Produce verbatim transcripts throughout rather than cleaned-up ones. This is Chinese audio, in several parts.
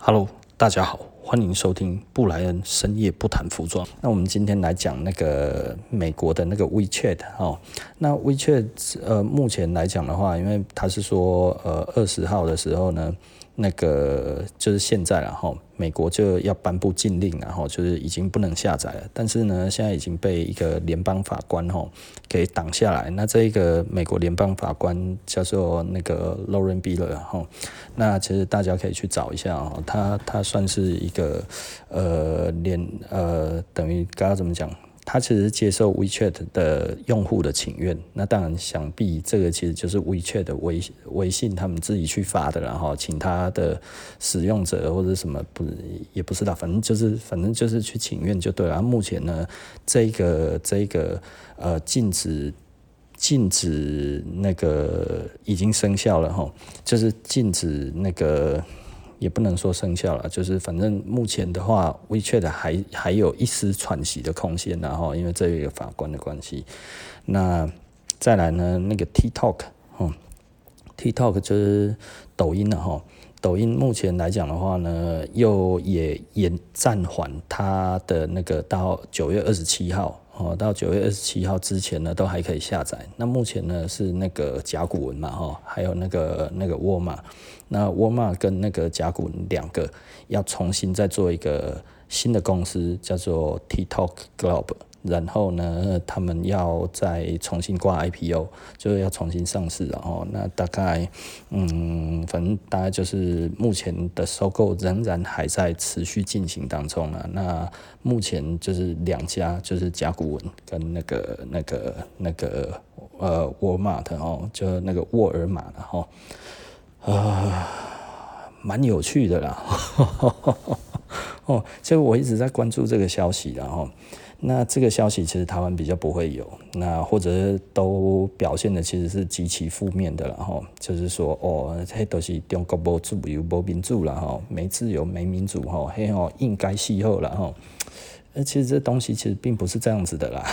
Hello，大家好，欢迎收听布莱恩深夜不谈服装。那我们今天来讲那个美国的那个 WeChat 哦。那 WeChat 呃，目前来讲的话，因为他是说呃二十号的时候呢，那个就是现在了哈，美国就要颁布禁令了哈，就是已经不能下载了。但是呢，现在已经被一个联邦法官哈给挡下来。那这一个美国联邦法官叫做那个 Lauren Beeler 哈，那其实大家可以去找一下哦，他他算是一个呃联呃等于刚刚怎么讲？他其实接受 WeChat 的用户的请愿，那当然想必这个其实就是 WeChat 的微微信他们自己去发的，然后请他的使用者或者什么不也不知道，反正就是反正就是去请愿就对了。目前呢，这个这个呃禁止。禁止那个已经生效了哈，就是禁止那个也不能说生效了，就是反正目前的话 ，WeChat 还还有一丝喘息的空间，然后因为这个法官的关系，那再来呢，那个 TikTok， 嗯 ，TikTok 就是抖音了哈。抖音目前来讲的话呢，又也也暂缓它的那个到九月二十七号。哦，到九月二十七号之前呢，都还可以下载。那目前呢是那个甲骨文嘛，哈，还有那个那个沃尔玛，那沃尔玛跟那个甲骨文两个要重新再做一个新的公司，叫做 TikTok Globe。然后呢，他们要再重新挂 I P O， 就是要重新上市，然后那大概，嗯，反正大概就是目前的收购仍然还在持续进行当中啊。那目前就是两家，就是甲骨文跟那个那个那个呃沃尔玛的哦，就那个沃尔玛的哈，呃，蛮有趣的啦。哦，所以我一直在关注这个消息，然后。那这个消息其实台湾比较不会有，那或者是都表现的其实是极其负面的了哈，就是说哦，这都是中国没自由没民主了哈，没自由没民主哈，嘿哦应该气候了哈，呃其实这东西其实并不是这样子的啦，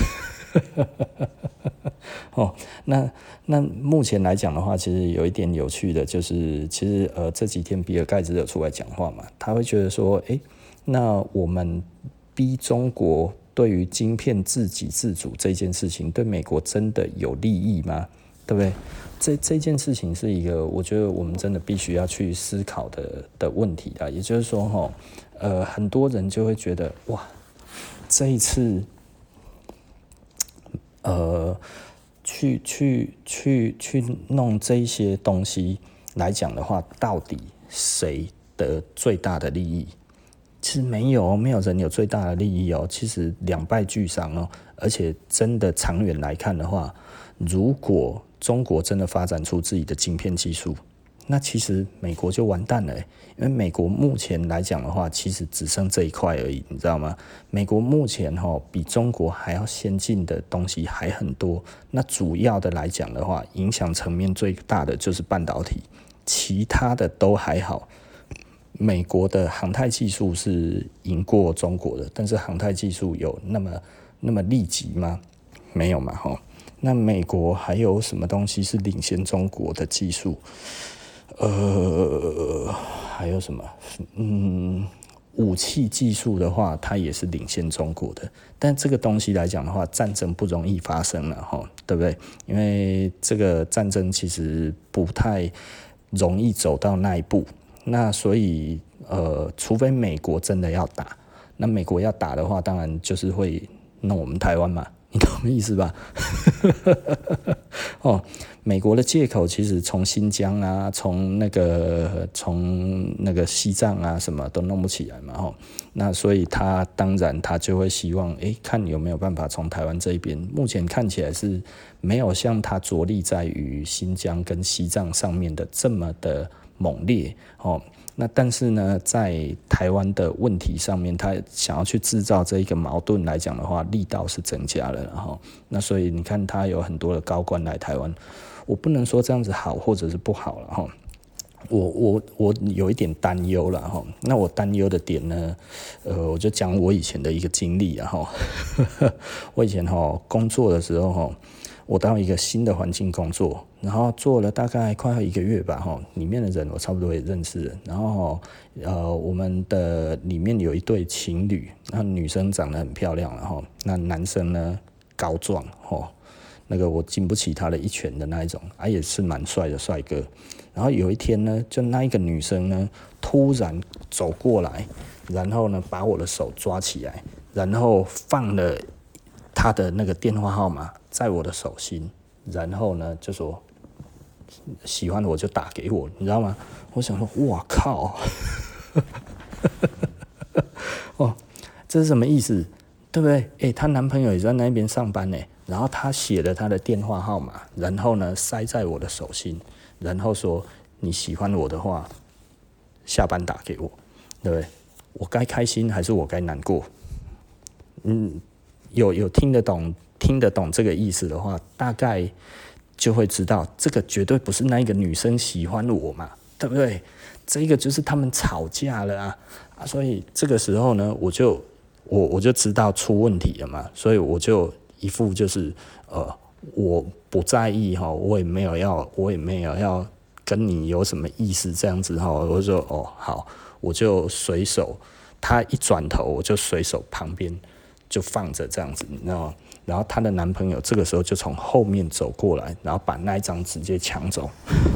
哦，那那目前来讲的话，其实有一点有趣的就是，其实呃这几天比尔盖茨有出来讲话嘛，他会觉得说，哎，那我们逼中国。对于晶片自给自足这件事情，对美国真的有利益吗？对不对？这这件事情是一个，我觉得我们真的必须要去思考的的问题啦。也就是说，哈，呃，很多人就会觉得，哇，这一次，呃，去去去去弄这一些东西来讲的话，到底谁得最大的利益？其实没有，没有人有最大的利益哦。其实两败俱伤哦，而且真的长远来看的话，如果中国真的发展出自己的晶片技术，那其实美国就完蛋了。因为美国目前来讲的话，其实只剩这一块而已，你知道吗？美国目前哈、哦、比中国还要先进的东西还很多。那主要的来讲的话，影响层面最大的就是半导体，其他的都还好。美国的航太技术是赢过中国的，但是航太技术有那么那么立即吗？没有嘛，哈。那美国还有什么东西是领先中国的技术？呃，还有什么？嗯，武器技术的话，它也是领先中国的。但这个东西来讲的话，战争不容易发生了，哈，对不对？因为这个战争其实不太容易走到那一步。那所以，呃，除非美国真的要打，那美国要打的话，当然就是会弄我们台湾嘛，你懂我意思吧？哦，美国的借口其实从新疆啊，从那个从那个西藏啊，什么都弄不起来嘛，吼。那所以他当然他就会希望，诶，看有没有办法从台湾这一边，目前看起来是没有像他着力在于新疆跟西藏上面的这么的。猛烈哦，那但是呢，在台湾的问题上面，他想要去制造这一个矛盾来讲的话，力道是增加了，然后那所以你看，他有很多的高官来台湾，我不能说这样子好或者是不好了哈。我我我有一点担忧了哈，那我担忧的点呢，呃，我就讲我以前的一个经历啊哈，我以前哈工作的时候哈。 我到一个新的环境工作，然后做了大概快要一个月吧，哈，里面的人我差不多也认识了，然后呃，我们的里面有一对情侣，那女生长得很漂亮，然后那男生呢高壮，哈，那个我经不起他的一拳的那一种，啊，也是蛮帅的帅哥。然后有一天呢，就那一个女生呢，突然走过来，然后呢把我的手抓起来，然后放了她的那个电话号码在我的手心，然后呢就说喜欢我就打给我，你知道吗？我想说，哇靠，哦，这是什么意思？对不对？诶，她男朋友也在那边上班呢，然后她写了她的电话号码，然后呢塞在我的手心。然后说你喜欢我的话，下班打给我，对不对？我该开心还是我该难过？嗯，有有听得懂听得懂这个意思的话，大概就会知道这个绝对不是那一个女生喜欢我嘛，对不对？这个就是他们吵架了啊啊！所以这个时候呢，我就我我就知道出问题了嘛，所以我就一副就是呃。我不在意哈，我也没有要，我也没有要跟你有什么意思这样子哈。我就说哦好，我就随手，他一转头我就随手旁边就放着这样子，你知道吗？然后她的男朋友这个时候就从后面走过来，然后把那一张直接抢走，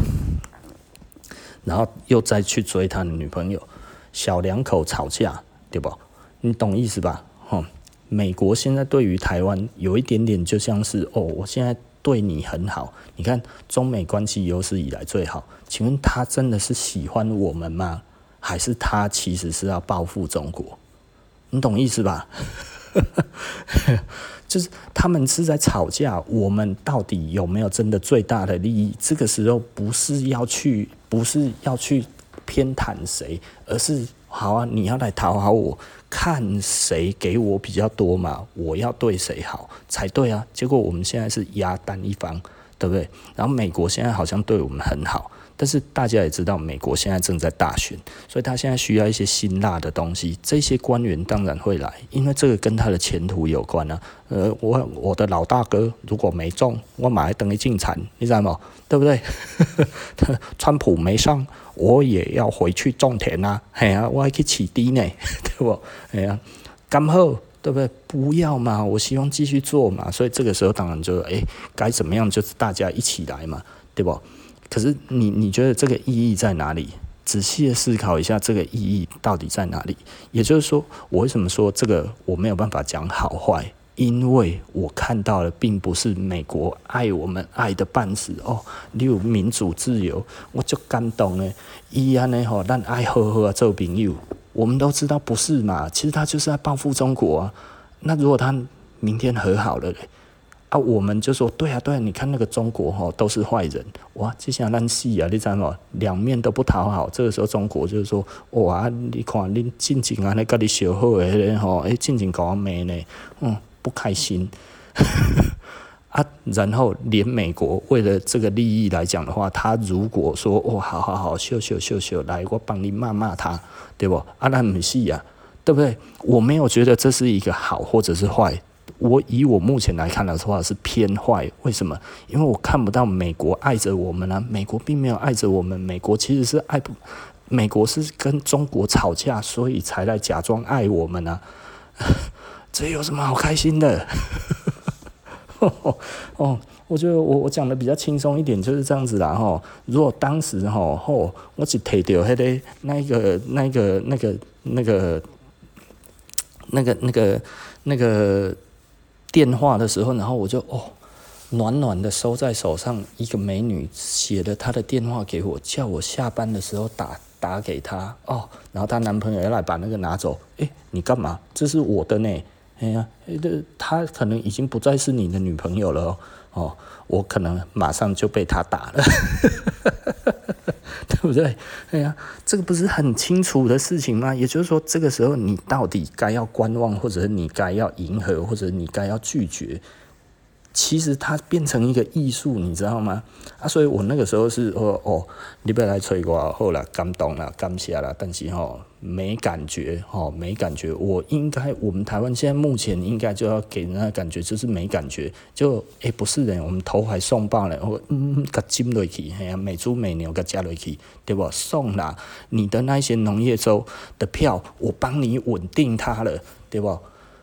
然后又再去追他的女朋友，小两口吵架，对不？你懂意思吧？哼。美国现在对于台湾有一点点就像是哦，我现在对你很好，你看中美关系有史以来最好，请问他真的是喜欢我们吗？还是他其实是要报复中国？你懂意思吧？就是他们是在吵架，我们到底有没有真的最大的利益？这个时候不是要去，不是要去偏袒谁，而是好啊，你要来讨好我。看谁给我比较多嘛，我要对谁好才对啊。结果我们现在是压单一方，对不对？然后美国现在好像对我们很好，但是大家也知道，美国现在正在大选，所以他现在需要一些辛辣的东西。这些官员当然会来，因为这个跟他的前途有关啊。呃，我我的老大哥如果没中，我马上等于进产，你知道吗？对不对？川普没上，我也要回去种田啊，嘿啊，我还去起地呢，对不？嘿啊，刚好对不对？不要嘛，我希望继续做嘛，所以这个时候当然就哎，该怎么样就是大家一起来嘛，对不？可是你你觉得这个意义在哪里？仔细的思考一下，这个意义到底在哪里？也就是说，我为什么说这个我没有办法讲好坏？因为我看到的并不是美国爱我们爱的半死哦，你有民主自由，我就感动的。伊安呢吼，咱爱好好啊做朋友，我们都知道不是嘛？其实他就是在报复中国啊。那如果他明天和好了嘞？啊，我们就说对啊，对啊，你看那个中国哈都是坏人，哇，这下烂戏啊，你知道吗？两面都不讨好。这个时候中国就是说，哇，你看恁进前啊，你跟你小好的那吼，哎，进前搞我骂呢，嗯，不开心。啊，然后连美国为了这个利益来讲的话，他如果说哦，好好好，秀秀秀秀，来，我帮你骂骂他，对不？啊，那不是啊，对不对？我没有觉得这是一个好或者是坏。我以我目前来看的话是偏坏，为什么？因为我看不到美国爱着我们啊，美国并没有爱着我们，美国其实是爱不，美国是跟中国吵架，所以才来假装爱我们啊，这有什么好开心的？哦，我觉得我我讲的比较轻松一点，就是这样子啦吼。如果当时吼吼，我只提到那个那个那个那个那个那个那个那个。电话的时候，然后我就哦，暖暖的收在手上。一个美女写了她的电话给我，叫我下班的时候打打给她哦。然后她男朋友要来把那个拿走，诶，你干嘛？这是我的呢。哎呀，这她可能已经不再是你的女朋友了哦。哦，我可能马上就被她打了。对不对？哎呀，这个不是很清楚的事情吗？也就是说，这个时候你到底该要观望，或者是你该要迎合，或者你该要拒绝， 其实它变成一个艺术，你知道吗？啊，所以我那个时候是哦哦，你要来催我，好啦，感动啦，感谢啦，但是吼没感觉，吼没感觉。我应该，我们台湾现在目前应该就要给人家感觉就是没感觉，就诶、欸、不是的，我们投怀送抱了，我嗯，甲จิ้落去，嘿啊，美猪美牛甲加落去，对不？送啦，你的那些农业州的票，我帮你稳定它了，对不？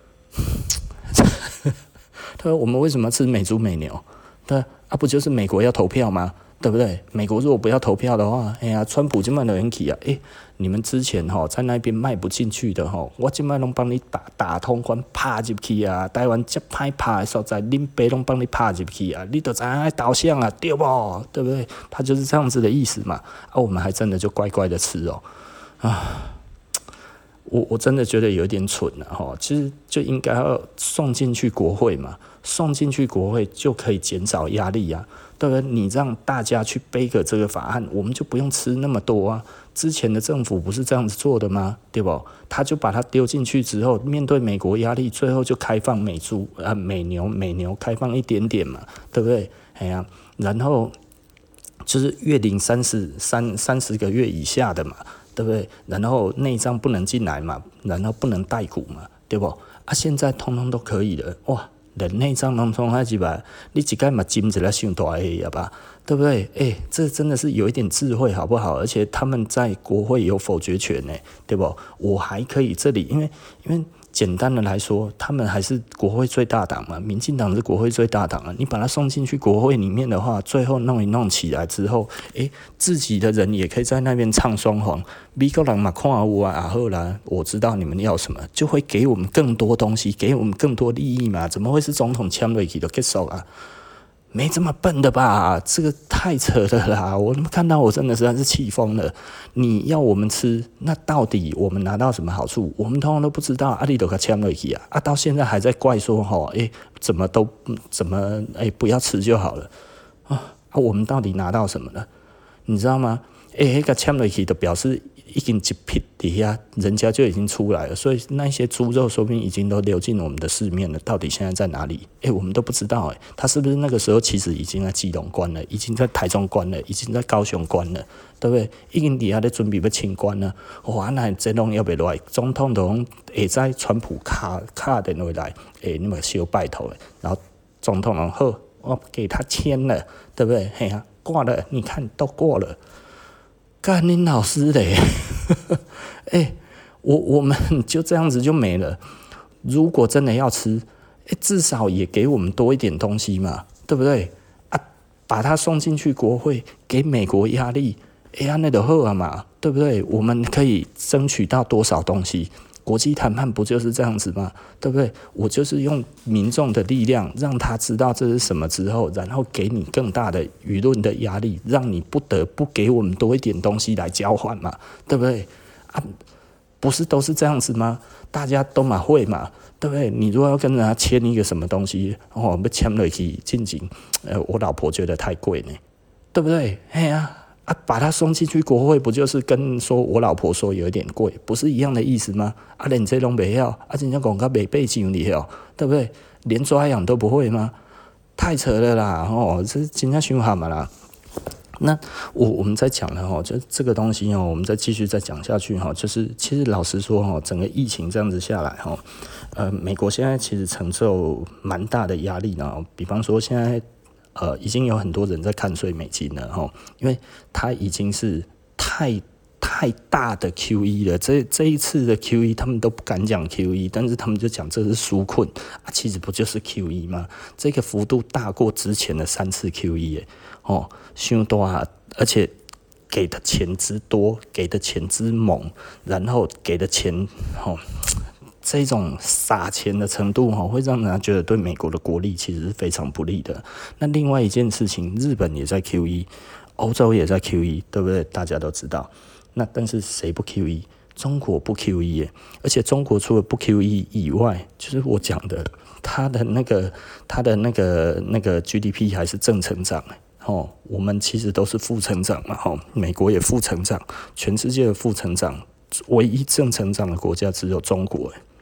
他说：“我们为什么要吃美猪美牛？对啊，不就是美国要投票吗？对不对？美国如果不要投票的话，哎呀，川普就卖了人气啊！哎，你们之前吼在那边卖不进去的吼，我今麦拢帮你打打通关，拍入去啊！台湾这歹拍的所在，恁爸拢帮你拍入去啊！你都知影导向啊，对不？对不对？他就是这样子的意思嘛。啊，我们还真的就乖乖的吃哦，啊。”我我真的觉得有点蠢了哈，其实就应该要送进去国会嘛，送进去国会就可以减少压力啊，对不对？你让大家去背个这个法案，我们就不用吃那么多啊。之前的政府不是这样子做的吗？对不？他就把它丢进去之后，面对美国压力，最后就开放美猪啊、美牛、美牛开放一点点嘛，对不对？哎呀、啊，然后就是月龄三十三三十个月以下的嘛。对不对？然后内脏不能进来嘛，然后不能带骨嘛，对不？啊，现在通通都可以了，哇！人内脏通通还几百，你一概嘛金一下伤大个呀吧，对不对？哎，这真的是有一点智慧，好不好？而且他们在国会有否决权呢，对不？我还可以这里，因为因为。简单的来说，他们还是国会最大党嘛，民进党是国会最大党啊。你把它送进去国会里面的话，最后弄一弄起来之后，诶，自己的人也可以在那边唱双簧。美国人嘛，看有啊，后来我知道你们要什么，就会给我们更多东西，给我们更多利益嘛。怎么会是总统签了去就结束啊？没这么笨的吧？这个太扯了啦！我看到我真的实在是气疯了。你要我们吃，那到底我们拿到什么好处？我们通通都不知道。阿里都给签了去啊！啊，到现在还在怪说吼，哎、欸，怎么都怎么哎、欸，不要吃就好了啊！啊，我们到底拿到什么了？你知道吗？哎、欸，那个签了去的表示已经一批底下，人家就已经出来了，所以那些猪肉说不定已经都流进我们的市面了。到底现在在哪里？哎、欸，我们都不知道。哎，他是不是那个时候其实已经在基隆关了，已经在台中关了，已经在高雄关了，对不对？已经底下在准备要清关了。哇，那这拢要不落来？总统都讲会在川普卡卡电话来，哎、欸，你们小拜托了。然后总统讲好，我给他签了，对不对？嘿啊，挂了，你看都过了。干你老师嘞！哎、欸，我我们就这样子就没了。如果真的要吃，哎、欸，至少也给我们多一点东西嘛，对不对？啊，把它送进去国会，给美国压力，哎呀，那就好啊嘛，对不对？我们可以争取到多少东西？国际谈判不就是这样子吗？对不对？我就是用民众的力量让他知道这是什么之后，然后给你更大的舆论的压力，让你不得不给我们多一点东西来交换嘛，对不对？啊，不是都是这样子吗？大家都嘛会嘛，对不对？你如果要跟人家签一个什么东西，哦，要签了去进行，呃，我老婆觉得太贵呢，对不对？哎呀。啊，把他送进去国会，不就是跟说我老婆说有一点贵，不是一样的意思吗？啊，连这拢没要，啊，人家讲个没背景里哦，对不对？连抓痒都不会吗？太扯了啦！哦，这真的凶悍嘛啦。那我我们在讲了哈，就这个东西哦，我们再继续再讲下去哈，就是其实老实说哈，整个疫情这样子下来哈，呃，美国现在其实承受蛮大的压力呢。比方说现在。呃，已经有很多人在看衰美金了哈，因为它已经是太太大的 Q E 了。这这一次的 Q E 他们都不敢讲 Q E， 但是他们就讲这是纾困啊，其实不就是 Q E 吗？这个幅度大过之前的三次 Q E 耶，哦，凶多啊，而且给的钱之多，给的钱之猛，然后给的钱哦。这种撒钱的程度会让人家觉得对美国的国力其实是非常不利的。那另外一件事情，日本也在 Q E， 欧洲也在 Q E， 对不对？大家都知道。那但是谁不 Q E？ 中国不 Q E 耶，而且中国除了不 Q E 以外，就是我讲的，它的那个它的那个那个 G D P 还是正成长。哦，我们其实都是负成长嘛。哦，美国也负成长，全世界的负成长，唯一正成长的国家只有中国。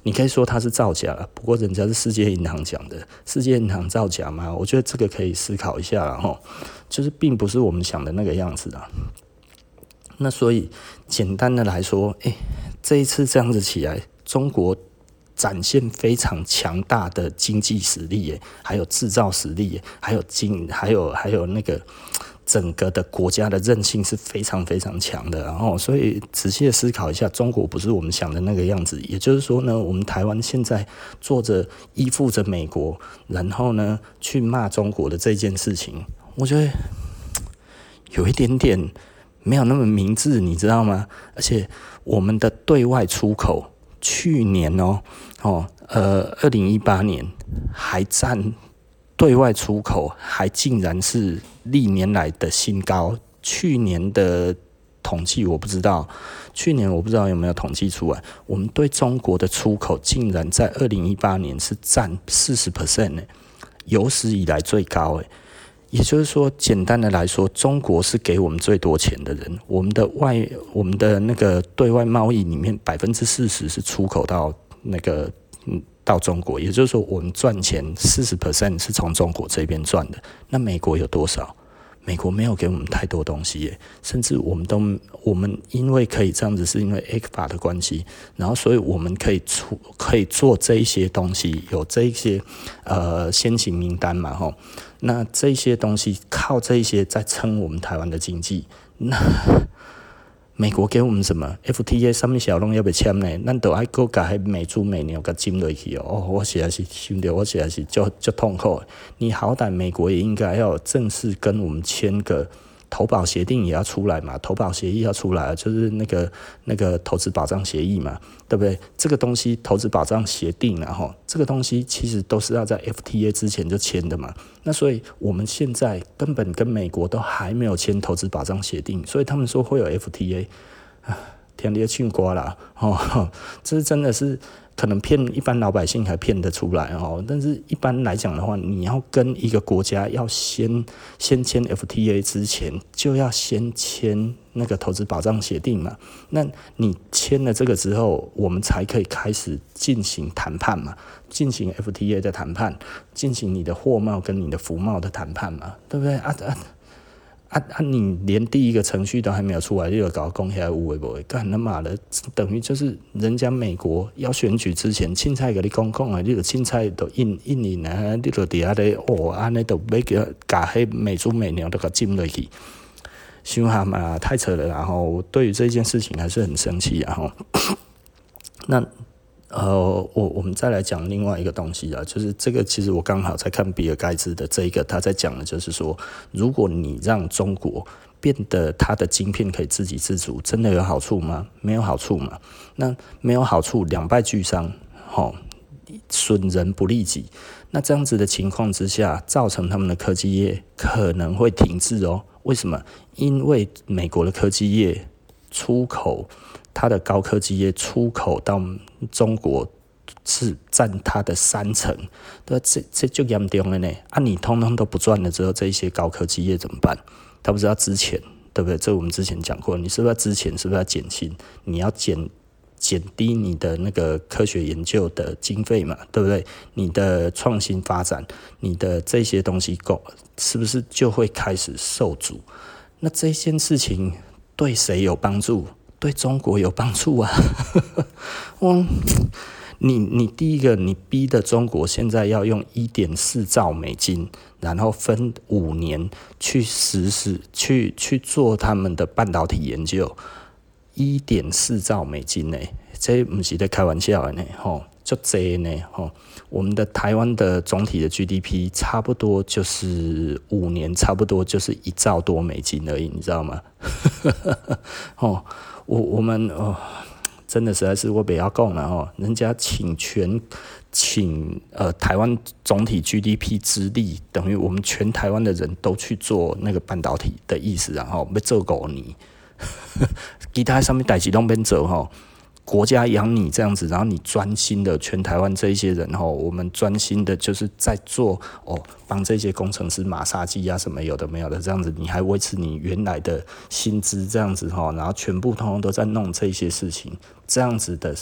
你可以说它是造假了，不过人家是世界银行讲的，世界银行造假吗？我觉得这个可以思考一下啦齁，就是并不是我们想的那个样子啊。那所以简单的来说，哎、欸，这一次这样子起来，中国展现非常强大的经济实力耶，还有制造实力耶，还有经，还有还有那个整个的国家的韧性是非常非常强的。然后，所以仔细的思考一下，中国不是我们想的那个样子。也就是说呢，我们台湾现在做着依附着美国，然后呢去骂中国的这件事情，我觉得有一点点没有那么明智，你知道吗？而且我们的对外出口去年哦哦呃二零一八年还占对外出口还竟然是历年来的新高。去年的统计我不知道，去年我不知道有没有统计出来，我们对中国的出口竟然在二零一八年是占 百分之四十 呢，有史以来最高诶。也就是说，简单的来说，中国是给我们最多钱的人。我们的外，我们的那个对外贸易里面，百分之四十是出口到那个嗯到中国。也就是说，我们赚钱四十 percent 是从中国这边赚的。那美国有多少？美国没有给我们太多东西耶，甚至我们都我们因为可以这样子，是因为 E C F A 的关系，然后所以我们可以出可以做这一些东西，有这一些呃先行名单嘛吼。那这些东西靠这一些在撑我们台湾的经济。那美国给我们什么 F T A 上面小龙要不签呢？咱都爱搁甲迄美猪美牛甲จิ้落去哦。哦，我实在是想到，我实在是就就痛苦。你好歹美国也应该要正式跟我们签个投保协定也要出来嘛，投保协议要出来，就是那个那个投资保障协议嘛，对不对？这个东西投资保障协定然后这个东西其实都是要在 F T A 之前就签的嘛。那所以我们现在根本跟美国都还没有签投资保障协定，所以他们说会有 F T A， 天地庆瓜啦，哦，这是真的是。可能骗一般老百姓还骗得出来哦，但是一般来讲的话，你要跟一个国家要先先签 F T A 之前，就要先签那个投资保障协定嘛。那你签了这个之后，我们才可以开始进行谈判嘛，进行 F T A 的谈判，进行你的货贸跟你的服贸的谈判嘛，对不对啊啊？啊啊！你连第一个程序都还没有出来，就有搞公开有为不为？干他妈的，等于就是人家美国要选举之前，凊彩给你讲讲啊，你就凊彩都印印印啊，你就底下咧哦，安尼都要叫甲迄美猪美牛都给进落去，想下嘛太扯了。然后我对于这件事情还是很生气，然后那。呃，我我们再来讲另外一个东西啊，就是这个其实我刚好在看比尔盖茨的这一个，他在讲的就是说，如果你让中国变得它的晶片可以自给自足，真的有好处吗？没有好处嘛。那没有好处，两败俱伤，吼，损人不利己。那这样子的情况之下，造成他们的科技业可能会停滞哦。为什么？因为美国的科技业出口。它的高科技业出口到中国是占它的三成，对，这这就严重了呢。啊，你通通都不赚了之后，这一些高科技业怎么办？它不是要支钱，对不对？这我们之前讲过，你是不是要支钱？是不是要减薪？你要减减低你的那个科学研究的经费嘛，对不对？你的创新发展，你的这些东西够，是不是就会开始受阻？那这件事情对谁有帮助？对中国有帮助啊！我，你你第一个，你逼的中国现在要用 一点四兆美金，然后分五年去实施，去去做他们的半导体研究， 一点四兆美金呢，这不是在开玩笑的呢，吼，就这呢，吼，我们的台湾的总体的 G D P 差不多就是五年，差不多就是一兆多美金而已，你知道吗？哦。我我们哦，真的实在是我不要讲了哦，人家请全请呃台湾总体 G D P 之力，等于我们全台湾的人都去做那个半导体的意思，然后要做五年，其他上面代志都免做吼。国家养你这样子，然后你专心的全台湾这一些人吼，我们专心的就是在做哦，帮这些工程师马杀鸡啊什么有的没有的这样子，你还维持你原来的薪资这样子吼，然后全部通通都在弄这些事情，这样子的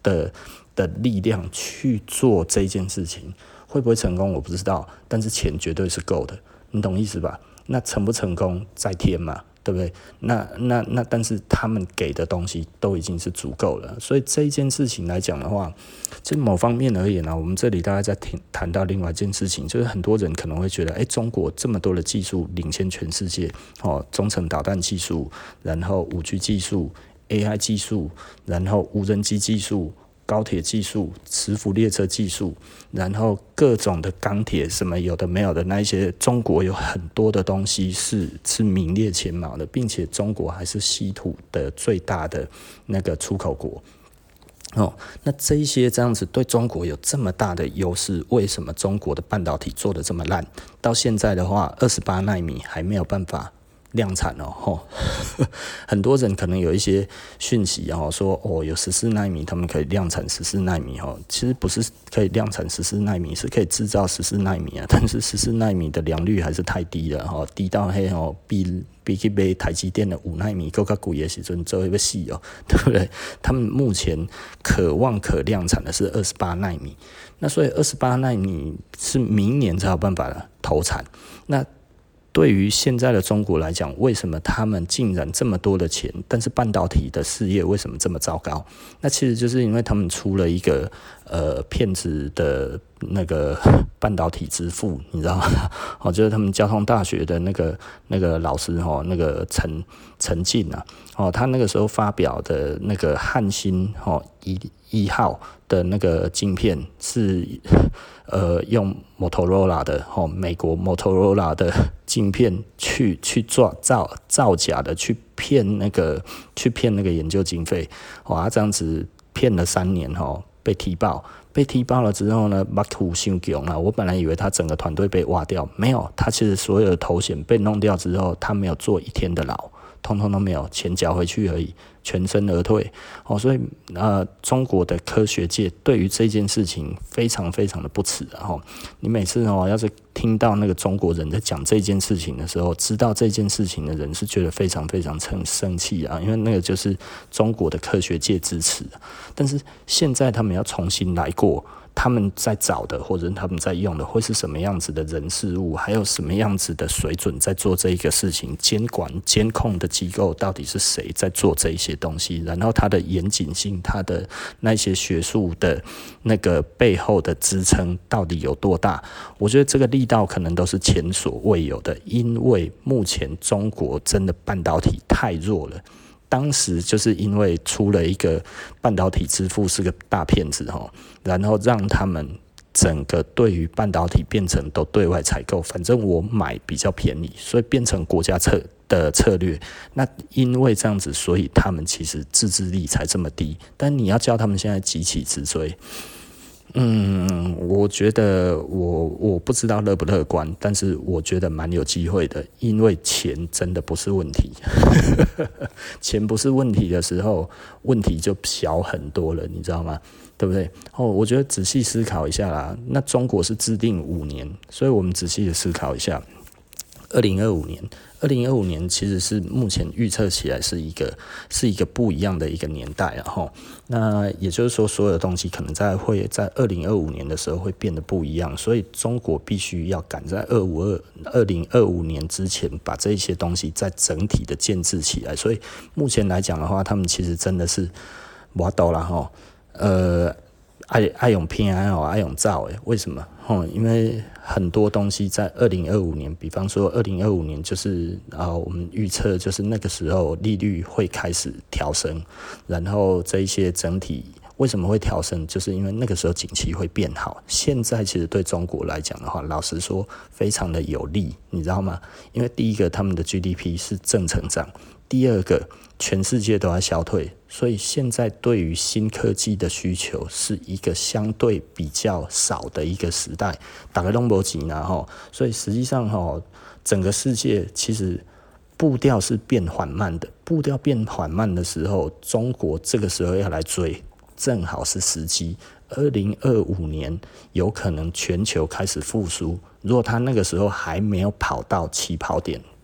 的的力量去做这件事情，会不会成功我不知道，但是钱绝对是够的，你懂意思吧？那成不成功在天嘛，对不对？那那那，但是他们给的东西都已经是足够了，所以这一件事情来讲的话，就某方面而言呢、啊，我们这里大概在谈到另外一件事情，就是很多人可能会觉得，哎，中国这么多的技术领先全世界，哦，中程导弹技术，然后五 G 技术、A I 技术，然后无人机技术。高铁技术、磁浮列车技术，然后各种的钢铁什么有的没有的那一些，中国有很多的东西是是名列前茅的，并且中国还是稀土的最大的那个出口国。哦，那这一些这样子对中国有这么大的优势，为什么中国的半导体做得这么烂？到现在的话，二十八奈米还没有办法量产哦，吼，很多人可能有一些讯息哦，说哦有十四奈米，他们可以量产十四奈米哦，其实不是可以量产十四奈米，是可以制造十四奈米啊，但是十四奈米的良率还是太低了哈，低到黑哦比比去买台积电的五奈米够较贵的时阵，做一个死哦，对不对？他们目前可望可量产的是二十八奈米，那所以二十八奈米是明年才有办法投产，那。对于现在的中国来讲，为什么他们竟然这么多的钱，但是半导体的事业为什么这么糟糕？那其实就是因为他们出了一个呃骗子的那个半导体之父，你知道吗？哦，就是他们交通大学的那个那个老师哦，那个陈陈进啊，哦，他那个时候发表的那个汉芯哦一一号的那个晶片是呃用 Motorola 的哦，美国 Motorola 的晶片去去做造造假的，去骗那个去骗那个研究经费，哇、哦，这样子骗了三年哦，被踢爆。被踢爆了之后呢，把土修强了。我本来以为他整个团队被挖掉，没有，他其实所有的头衔被弄掉之后，他没有坐一天的牢，通通都没有，钱缴回去而已，全身而退。哦，所以呃，中国的科学界对于这件事情非常非常的不耻啊！哦，你每次哦，要是听到那个中国人在讲这件事情的时候，知道这件事情的人是觉得非常非常生生气啊，因为那个就是中国的科学界支持。但是现在他们要重新来过，他们在找的或者他们在用的会是什么样子的人事物，还有什么样子的水准在做这一个事情，监管监控的机构到底是谁在做这一些东西，然后它的严谨性，它的那些学术的那个背后的支撑到底有多大，我觉得这个力道可能都是前所未有的，因为目前中国真的半导体太弱了。当时就是因为出了一个半导体之父是个大骗子齁，然后让他们整个对于半导体变成都对外采购，反正我买比较便宜，所以变成国家策的策略。那因为这样子，所以他们其实自制力才这么低。但你要叫他们现在急起直追，嗯，我觉得我我不知道乐不乐观，但是我觉得蛮有机会的，因为钱真的不是问题，钱不是问题的时候，问题就小很多了，你知道吗？对不对？哦，我觉得仔细思考一下啦。那中国是制定五年，所以我们仔细的思考一下，二零二五年。二零二五年其实是目前预测起来是一个是一个不一样的一个年代啊，齁。那也就是说，所有的东西可能在会在二零二五年的时候会变得不一样，所以中国必须要赶在二五二二零二五年之前把这一些东西再整体的建制起来。所以目前来讲的话，他们其实真的是没斗啦齁，呃。爱爱用偏爱哦，爱用造诶，为什么？哦，因为很多东西在二零二五年，比方说二零二五年就是啊，我们预测就是那个时候利率会开始调升，然后这一些整体为什么会调升，就是因为那个时候景气会变好。现在其实对中国来讲的话，老实说非常的有利，你知道吗？因为第一个他们的 G D P 是正成长，第二个全世界都在消退，所以现在对于新科技的需求是一个相对比较少的一个时代，大家都没钱啦齁，所以实际上齁，整个世界其实步调是变缓慢的，步调变缓慢的时候，中国这个时候要来追，正好是时机。二零二五年有可能全球开始复苏，如果他那个时候还没有跑到起跑点，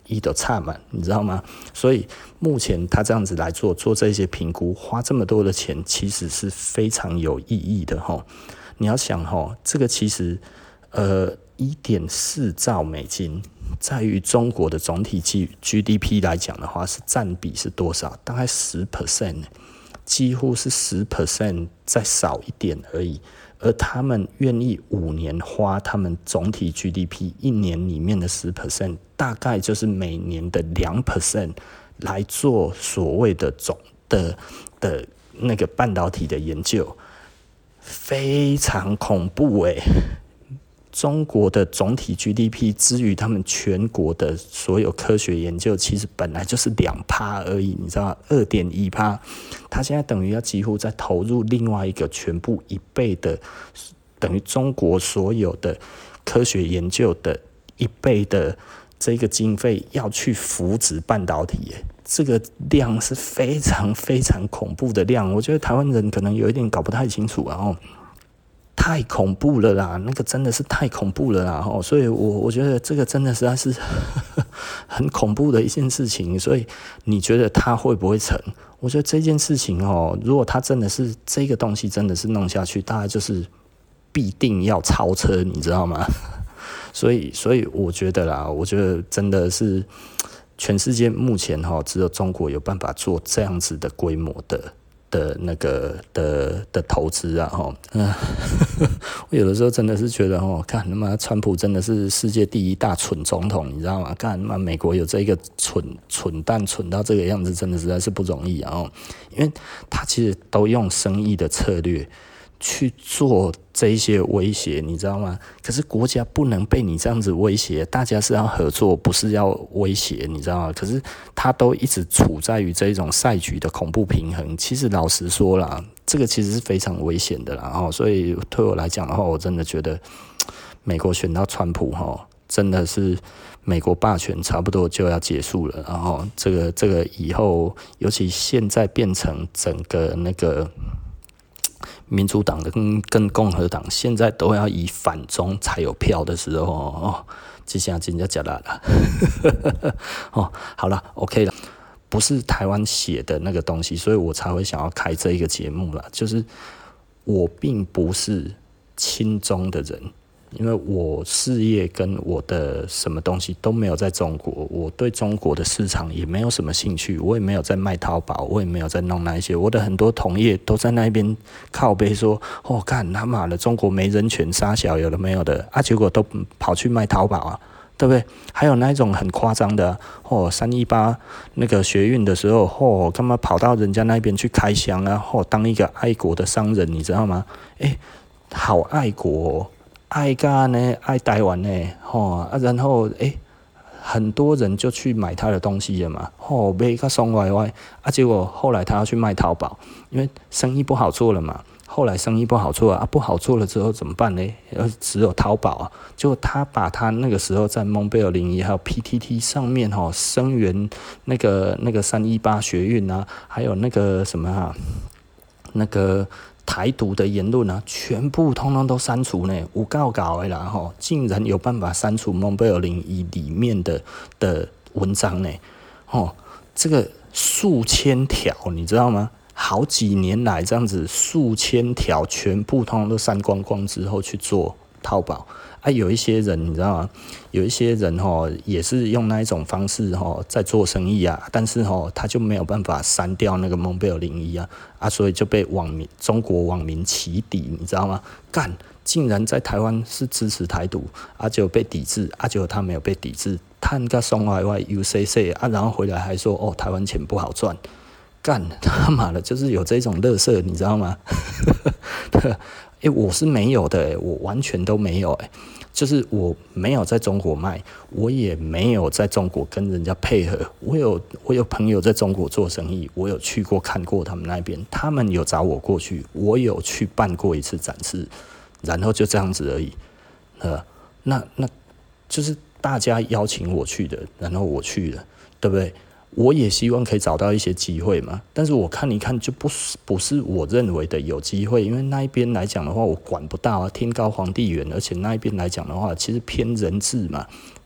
一的差嘛，你知道吗？所以目前他这样子来做做这些评估，花这么多的钱，其实是非常有意义的哈。你要想哈，这个其实呃一点四兆美金，在于中国的总体 G D P 来讲的话，是占比是多少？大概十 percent， 几乎是十 percent 再少一点而已。而他们愿意五年花他们总体 G D P 一年里面的十 percent， 大概就是每年的两 percent 来做所谓的总的的那个半导体的研究，非常恐怖诶、欸。中国的总体 G D P 之于他们全国的所有科学研究，其实本来就是两趴而已，你知道吗？二点一趴，他现在等于要几乎再投入另外一个全部一倍的，等于中国所有的科学研究的一倍的这个经费要去扶植半导体耶，这个量是非常非常恐怖的量，我觉得台湾人可能有一点搞不太清楚啊哦。太恐怖了啦，那个真的是太恐怖了啦，吼！所以我我觉得这个真的实在是呵呵很恐怖的一件事情。所以你觉得它会不会成？我觉得这件事情哦，如果它真的是这个东西真的是弄下去，大概就是必定要超车，你知道吗？所以所以我觉得啦，我觉得真的是全世界目前哈，只有中国有办法做这样子的规模的。的那个的的投资啊，哈，嗯，我有的时候真的是觉得，哦，看他妈川普真的是世界第一大蠢总统，你知道吗？看他妈美国有这一个蠢蠢蛋蠢到这个样子，真的实在是不容易啊，因为他其实都用生意的策略去做这一些威胁，你知道吗？可是国家不能被你这样子威胁，大家是要合作，不是要威胁，你知道吗？可是他都一直处在于这一种赛局的恐怖平衡。其实老实说啦，这个其实是非常危险的啦。所以对我来讲的话，我真的觉得美国选到川普真的是美国霸权差不多就要结束了。然后这个这个以后，尤其现在变成整个那个。民主党的跟跟共和党现在都要以反中才有票的时候哦，这下真的假啦啦，哦，好了 ，OK 了，不是台湾写的那个东西，所以我才会想要开这一个节目啦。就是我并不是亲中的人。因为我事业跟我的什么东西都没有在中国，我对中国的市场也没有什么兴趣，我也没有在卖淘宝，我也没有在弄那一些。我的很多同业都在那边靠背说，哦，干他妈的，中国没人权，杀小有的没有的啊，结果都跑去卖淘宝啊，对不对？还有那一种很夸张的、啊，哦，三一八那个学运的时候，哦，干嘛跑到人家那边去开箱啊？哦，当一个爱国的商人，你知道吗？哎，好爱国、哦。爱家呢，爱台湾呢，吼啊，然后诶、欸，很多人就去买他的东西了嘛，吼，买个爽歪歪，啊，结果后来他要去卖淘宝，因为生意不好做了嘛，后来生意不好做啊，不好做了之后怎么办呢？呃，只有淘宝啊，结果他把他那个时候在蒙贝尔零一还有 P T T 上面吼声援那个那个三一八学运啊，还有那个什么啊，那个。台独的言论啊，全部通通都删除呢，有够搞的啦吼，竟然有办法删除蒙贝尔零一里面的的文章呢，吼，这个数千条你知道吗？好几年来这样子数千条全部通通都删光光之后去做淘宝。啊，有一些人你知道吗？有一些人吼也是用那一种方式吼在做生意啊，但是吼他就没有办法删掉那个蒙贝尔零一啊，啊，所以就被网民中国网民起底，你知道吗？干，竟然在台湾是支持台独，啊，结果被抵制，啊，结果他没有被抵制，探个送外外 U C C 啊，然后回来还说哦台湾钱不好赚。干他妈的，就是有这种垃圾，你知道吗？哎、欸，我是没有的、欸，我完全都没有、欸，就是我没有在中国卖，我也没有在中国跟人家配合。我有我有朋友在中国做生意，我有去过看过他们那边，他们有找我过去，我有去办过一次展示，然后就这样子而已。呃，那那就是大家邀请我去的，然后我去了，对不对？我也希望可以找到一些机会嘛，但是我看一看就不是不是我认为的有机会，因为那一边来讲的话，我管不到啊，天高皇帝远，而且那一边来讲的话，其实偏人治嘛，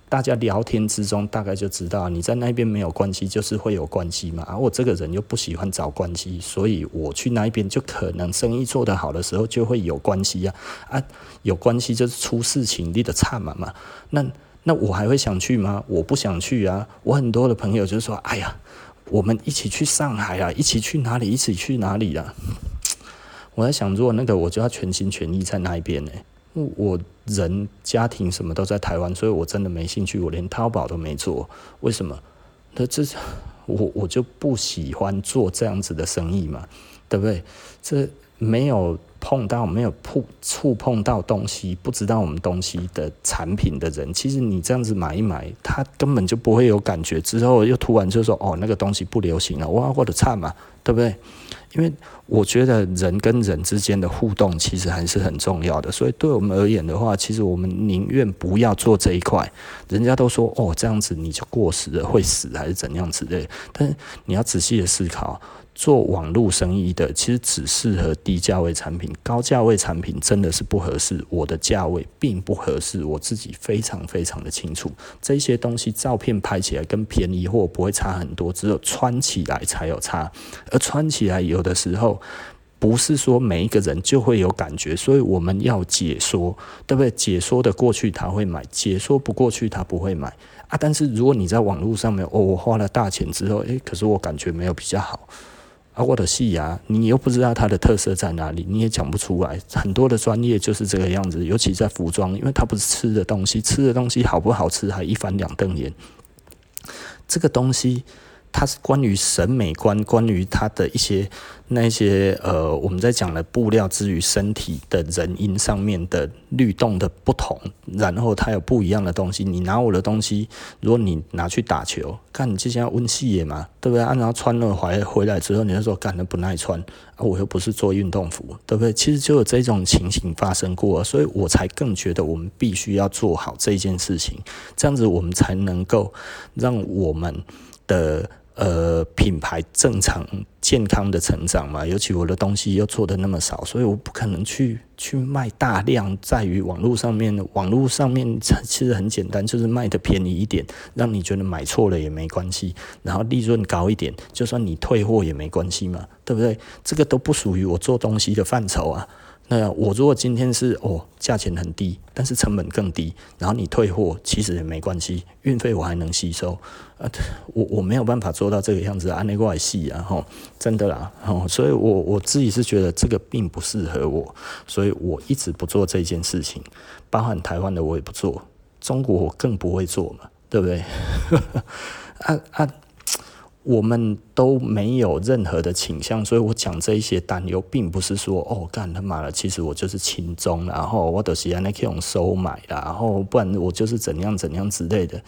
大家聊天之中大概就知道，你在那边没有关系，就是会有关系嘛。啊，我这个人又不喜欢找关系，所以我去那边就可能生意做得好的时候就会有关系啊。啊，有关系就是出事情，你的差嘛嘛。那那我还会想去吗？我不想去啊。我很多的朋友就说，哎呀，我们一起去上海啊，一起去哪里？一起去哪里啊？我在想，如果那个我就要全心全意在那一边呢、欸。我人家庭什么都在台湾，所以我真的没兴趣，我连淘宝都没做。为什么？那这我我就不喜欢做这样子的生意嘛，对不对？这没有碰到，没有触触碰到东西，不知道我们东西的产品的人，其实你这样子买一买，他根本就不会有感觉。之后又突然就说，哦，那个东西不流行了，哇，我的差嘛，对不对？因为我觉得人跟人之间的互动其实还是很重要的，所以对我们而言的话，其实我们宁愿不要做这一块。人家都说哦，这样子你就过时了，会死还是怎样之类的，但是你要仔细的思考，做网络生意的其实只适合低价位产品，高价位产品真的是不合适。我的价位并不合适，我自己非常非常的清楚。这些东西照片拍起来跟便宜货不会差很多，只有穿起来才有差。而穿起来有的时候不是说每一个人就会有感觉，所以我们要解说，对不对？解说的过去他会买，解说不过去他不会买啊。但是如果你在网络上面，哦，我花了大钱之后，诶，可是我感觉没有比较好。啊，我的戏啊，你又不知道它的特色在哪里，你也讲不出来。很多的专业就是这个样子，尤其在服装，因为它不是吃的东西，吃的东西好不好吃还一翻两瞪眼。这个东西它是关于审美观，关于它的一些那些呃，我们在讲的布料之于身体的人因上面的律动的不同，然后它有不一样的东西。你拿我的东西，如果你拿去打球，看你就像温系野嘛，对不对？啊、然后穿了回回来之后，你就说干的不耐穿啊，我又不是做运动服，对不对？其实就有这种情形发生过，所以我才更觉得我们必须要做好这件事情，这样子我们才能够让我们的呃品牌正常健康的成长嘛。尤其我的东西又做的那么少，所以我不可能去去卖大量，在于网络上面，网络上面其实很简单，就是卖的便宜一点，让你觉得买错了也没关系，然后利润高一点，就算你退货也没关系嘛，对不对？这个都不属于我做东西的范畴啊。那我如果今天是哦价钱很低，但是成本更低，然后你退货其实也没关系，运费我还能吸收，啊，我我没有办法做到这个样子啊，那块细啊，吼，真的啦，吼，所以我我自己是觉得这个并不适合我，所以我一直不做这件事情，包含台湾的我也不做，中国我更不会做嘛，对不对？啊啊。我们都没有任何的倾向，所以我讲这一些担忧，并不是说哦，干他妈的，其实我就是轻中，然后我就是安尼去用收买啦，然后不然我就是怎样怎样之类的。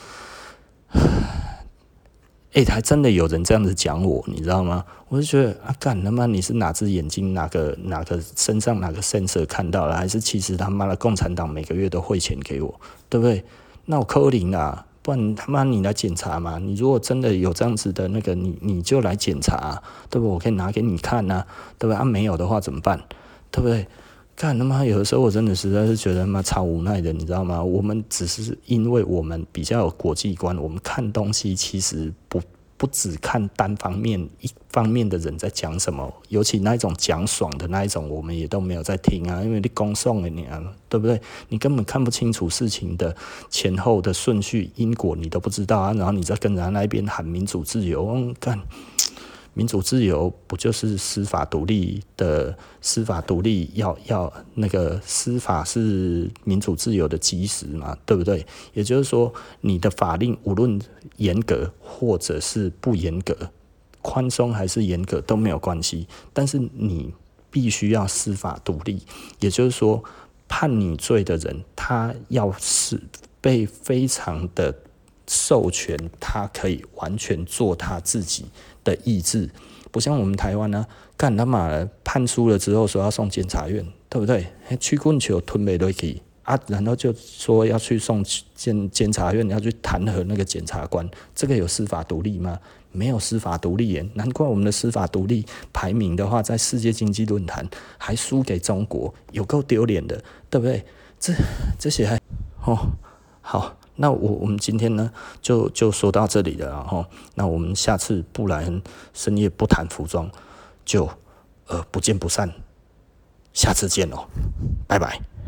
哎、欸，还真的有人这样子讲我，你知道吗？我就觉得啊，干他妈你是哪只眼睛、哪个哪个身上哪个 sensor 看到了，还是其实他妈的共产党每个月都汇钱给我，对不对？那我扣零啦。不然他妈你来检查嘛！你如果真的有这样子的那个，你你就来检查、啊，对不对？我可以拿给你看呐、啊，对不对？啊，没有的话怎么办？对不对？看他妈有的时候我真的实在是觉得他妈超无奈的，你知道吗？我们只是因为我们比较有国际观，我们看东西其实不不只看单方面一方面的人在讲什么，尤其那一种讲爽的那一种，我们也都没有在听啊，因为你公送了你啊，对不对？你根本看不清楚事情的前后的顺序因果，你都不知道啊，然后你再跟人家那边喊民主自由，嗯，干。民主自由不就是司法独立的司法独立要要那个司法是民主自由的基石嘛，对不对？也就是说，你的法令无论严格或者是不严格，宽松还是严格都没有关系，但是你必须要司法独立，也就是说，判你罪的人，他要是被非常的授权，他可以完全做他自己的意志，不像我们台湾呢、啊，干他妈的判输了之后说要送检察院，对不对？曲棍球吞没落去啊，然后就说要去送检检察院，要去弹劾那个检察官，这个有司法独立吗？没有司法独立耶，难怪我们的司法独立排名的话，在世界经济论坛还输给中国，有够丢脸的，对不对？这这些还哦好。 那我我们今天呢就就说到这里了哈、哦。那我们下次布莱恩深夜不谈服装就呃不见不散，下次见喽，拜拜。